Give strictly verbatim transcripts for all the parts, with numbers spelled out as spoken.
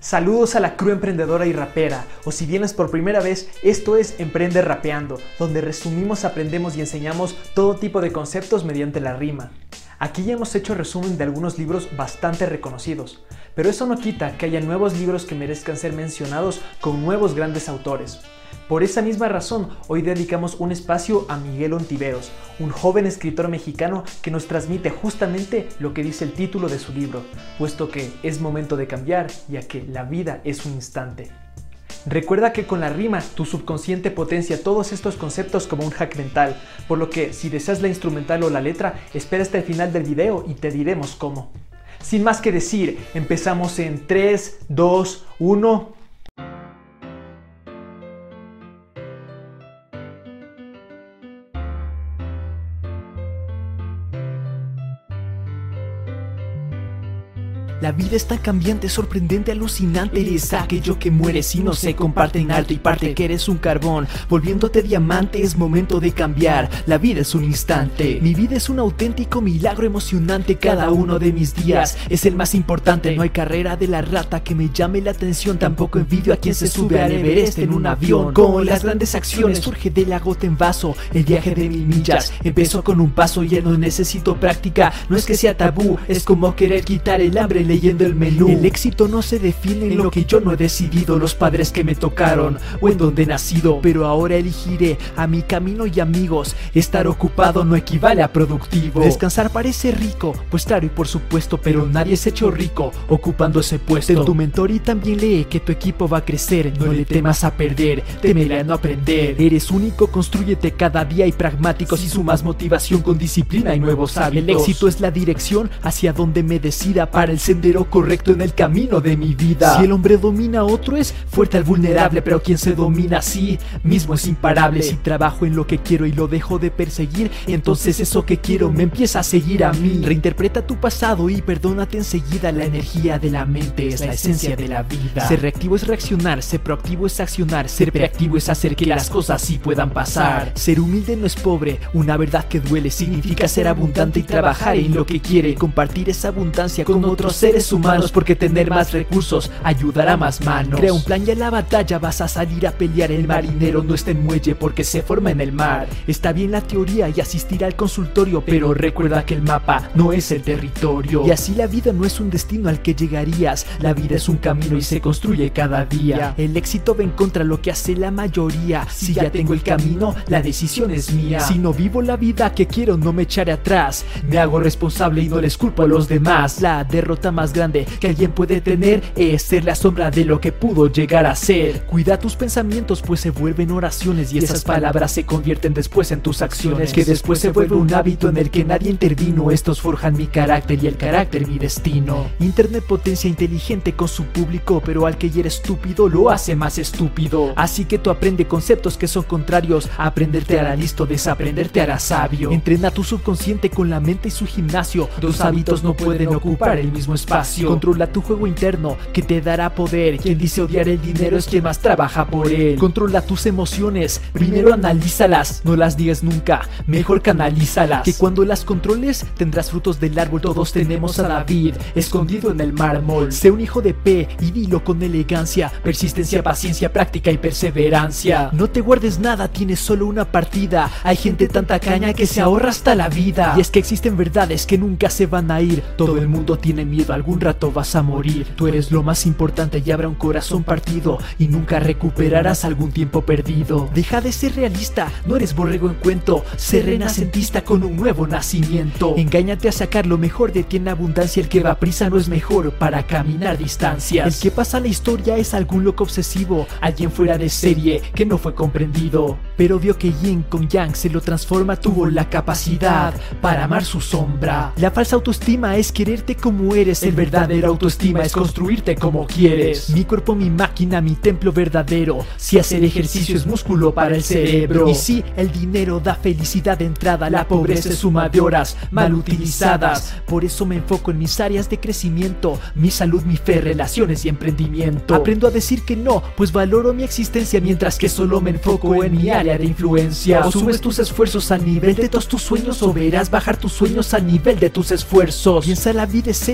Saludos a la crew emprendedora y rapera, o si vienes por primera vez, esto es Emprende Rapeando, donde resumimos, aprendemos y enseñamos todo tipo de conceptos mediante la rima. Aquí ya hemos hecho resumen de algunos libros bastante reconocidos, pero eso no quita que haya nuevos libros que merezcan ser mencionados con nuevos grandes autores. Por esa misma razón, hoy dedicamos un espacio a Miguel Ontiveros, un joven escritor mexicano que nos transmite justamente lo que dice el título de su libro, puesto que es momento de cambiar, ya que la vida es un instante. Recuerda que con la rima, tu subconsciente potencia todos estos conceptos como un hack mental, por lo que si deseas la instrumental o la letra, espera hasta el final del video y te diremos cómo. Sin más que decir, empezamos en tres, dos, uno... La vida es tan cambiante, sorprendente, alucinante. Eres aquello que mueres y no se comparte en alto y parte que eres un carbón, volviéndote diamante. Es momento de cambiar, la vida es un instante. Mi vida es un auténtico milagro emocionante. Cada uno de mis días es el más importante. No hay carrera de la rata que me llame la atención. Tampoco envidio a quien se sube al Everest en un avión. Con las grandes acciones surge de la gota en vaso. El viaje de mil millas empezó con un paso. Ya no necesito práctica, no es que sea tabú, es como querer quitar el hambre leyendo el menú. El éxito no se define en lo que yo no he decidido, los padres que me tocaron o en donde he nacido, pero ahora elegiré a mi camino y amigos. Estar ocupado no equivale a productivo. Descansar parece rico, pues claro y por supuesto, pero nadie se echó rico ocupando ese puesto. Ten tu mentor y también lee que tu equipo va a crecer. No le temas a perder, temele a no aprender. Eres único, constrúyete cada día y pragmático. Si sumas motivación con disciplina y nuevos hábitos. El éxito es la dirección hacia donde me decida para el sendero correcto en el camino de mi vida. Si el hombre domina a otro es fuerte al vulnerable, pero quien se domina a sí mismo es imparable. Si trabajo en lo que quiero y lo dejo de perseguir, entonces eso que quiero me empieza a seguir a mí. Reinterpreta tu pasado y perdónate enseguida. La energía de la mente es la esencia de la vida. Ser reactivo es reaccionar, ser proactivo es accionar, ser reactivo es hacer que las cosas sí puedan pasar. Ser humilde no es pobre, una verdad que duele. Significa ser abundante y trabajar en lo que quiere. Compartir esa abundancia con otros seres humanos, porque tener más recursos ayudará más manos. Crea un plan y a la batalla vas a salir a pelear. El marinero no está en muelle porque se forma en el mar. Está bien la teoría y asistir al consultorio, pero recuerda que el mapa no es el territorio. Y así la vida no es un destino al que llegarías. La vida es un camino y se construye cada día. El éxito va en contra lo que hace la mayoría. Si ya tengo el camino, la decisión es mía. Si no vivo la vida que quiero, no me echaré atrás. Me hago responsable y no les culpo a los demás. La derrota más más grande que alguien puede tener es ser la sombra de lo que pudo llegar a ser. Cuida tus pensamientos, pues se vuelven oraciones y esas palabras se convierten después en tus acciones, que después se vuelve un hábito en el que nadie intervino. Estos forjan mi carácter y el carácter mi destino. Internet potencia inteligente con su público, pero al que ya era estúpido lo hace más estúpido. Así que tú aprende conceptos que son contrarios. Aprender te hará listo, desaprender te hará sabio. Entrena tu subconsciente con la mente y su gimnasio. Dos hábitos no pueden ocupar el mismo espacio. Controla tu juego interno que te dará poder. Quien dice odiar el dinero es quien más trabaja por él. Controla tus emociones, primero analízalas, no las digas nunca, mejor canalízalas. Que cuando las controles tendrás frutos del árbol. Todos tenemos a David escondido en el mármol. Sé un hijo de P y dilo con elegancia. Persistencia, paciencia, práctica y perseverancia. No te guardes nada, tienes solo una partida. Hay gente tan tacaña que se ahorra hasta la vida. Y es que existen verdades que nunca se van a ir. Todo el mundo tiene miedo, algún rato vas a morir. Tú eres lo más importante y habrá un corazón partido y nunca recuperarás algún tiempo perdido. Deja de ser realista, no eres borrego en cuento. Sé renacentista con un nuevo nacimiento. Engáñate a sacar lo mejor de ti en abundancia. El que va a prisa no es mejor para caminar distancias. El que pasa la historia es algún loco obsesivo, alguien fuera de serie que no fue comprendido, pero vio que yin con yang se lo transforma. Tuvo la capacidad para amar su sombra. La falsa autoestima es quererte como eres. El verdadera autoestima es construirte como quieres. Mi cuerpo, mi máquina, mi templo verdadero. Si hacer ejercicio es músculo para el cerebro. Y si el dinero da felicidad de entrada, la pobreza es suma de horas mal utilizadas. Por eso me enfoco en mis áreas de crecimiento, mi salud, mi fe, relaciones y emprendimiento. Aprendo a decir que no, pues valoro mi existencia, mientras que solo me enfoco en mi área de influencia. O subes tus esfuerzos al nivel de todos tus sueños, o verás bajar tus sueños al nivel de tus esfuerzos. Piensa, la vida es seria, pero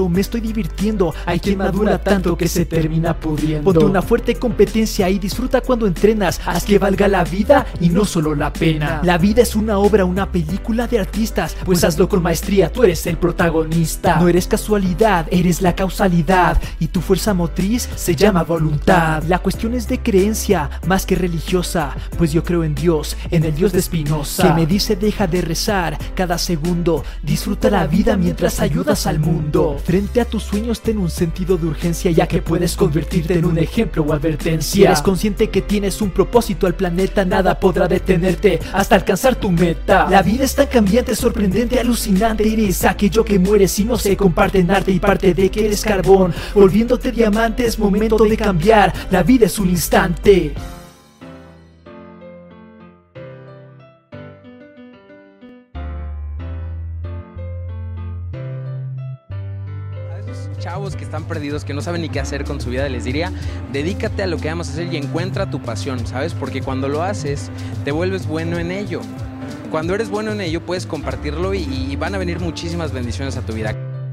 me estoy divirtiendo. Hay quien madura tanto que se termina pudriendo. Ponte una fuerte competencia y disfruta cuando entrenas. Haz que valga la vida y no solo la pena. La vida es una obra, una película de artistas, pues hazlo con maestría, tú eres el protagonista. No eres casualidad, eres la causalidad, y tu fuerza motriz se llama voluntad. La cuestión es de creencia, más que religiosa, pues yo creo en Dios, en el Dios de Spinoza, que me dice deja de rezar cada segundo, disfruta la vida mientras ayudas al mundo. Frente a tus sueños ten un sentido de urgencia, ya que puedes convertirte en un ejemplo o advertencia. Si eres consciente que tienes un propósito al planeta, nada podrá detenerte hasta alcanzar tu meta. La vida es tan cambiante, sorprendente, alucinante. Eres aquello que mueres y no se comparte en arte y parte de que eres carbón, volviéndote diamante. Es momento de cambiar, la vida es un instante. Chavos que están perdidos, que no saben ni qué hacer con su vida, les diría, dedícate a lo que amas hacer y encuentra tu pasión, ¿sabes? Porque cuando lo haces, te vuelves bueno en ello. Cuando eres bueno en ello, puedes compartirlo y, y van a venir muchísimas bendiciones a tu vida.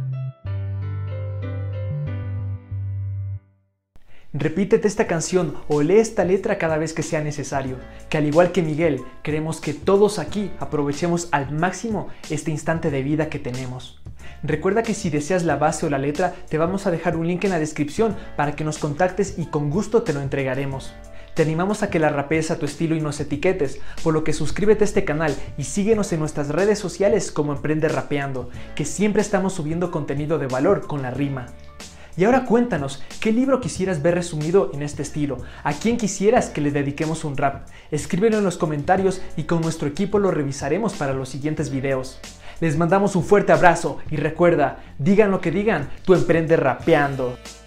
Repítete esta canción o lee esta letra cada vez que sea necesario, que al igual que Miguel, queremos que todos aquí aprovechemos al máximo este instante de vida que tenemos. Recuerda que si deseas la base o la letra, te vamos a dejar un link en la descripción para que nos contactes y con gusto te lo entregaremos. Te animamos a que la rapees a tu estilo y nos etiquetes, por lo que suscríbete a este canal y síguenos en nuestras redes sociales como Emprende Rapeando, que siempre estamos subiendo contenido de valor con la rima. Y ahora cuéntanos, ¿qué libro quisieras ver resumido en este estilo? ¿A quién quisieras que le dediquemos un rap? Escríbelo en los comentarios y con nuestro equipo lo revisaremos para los siguientes videos. Les mandamos un fuerte abrazo y recuerda, digan lo que digan, tú emprende rapeando.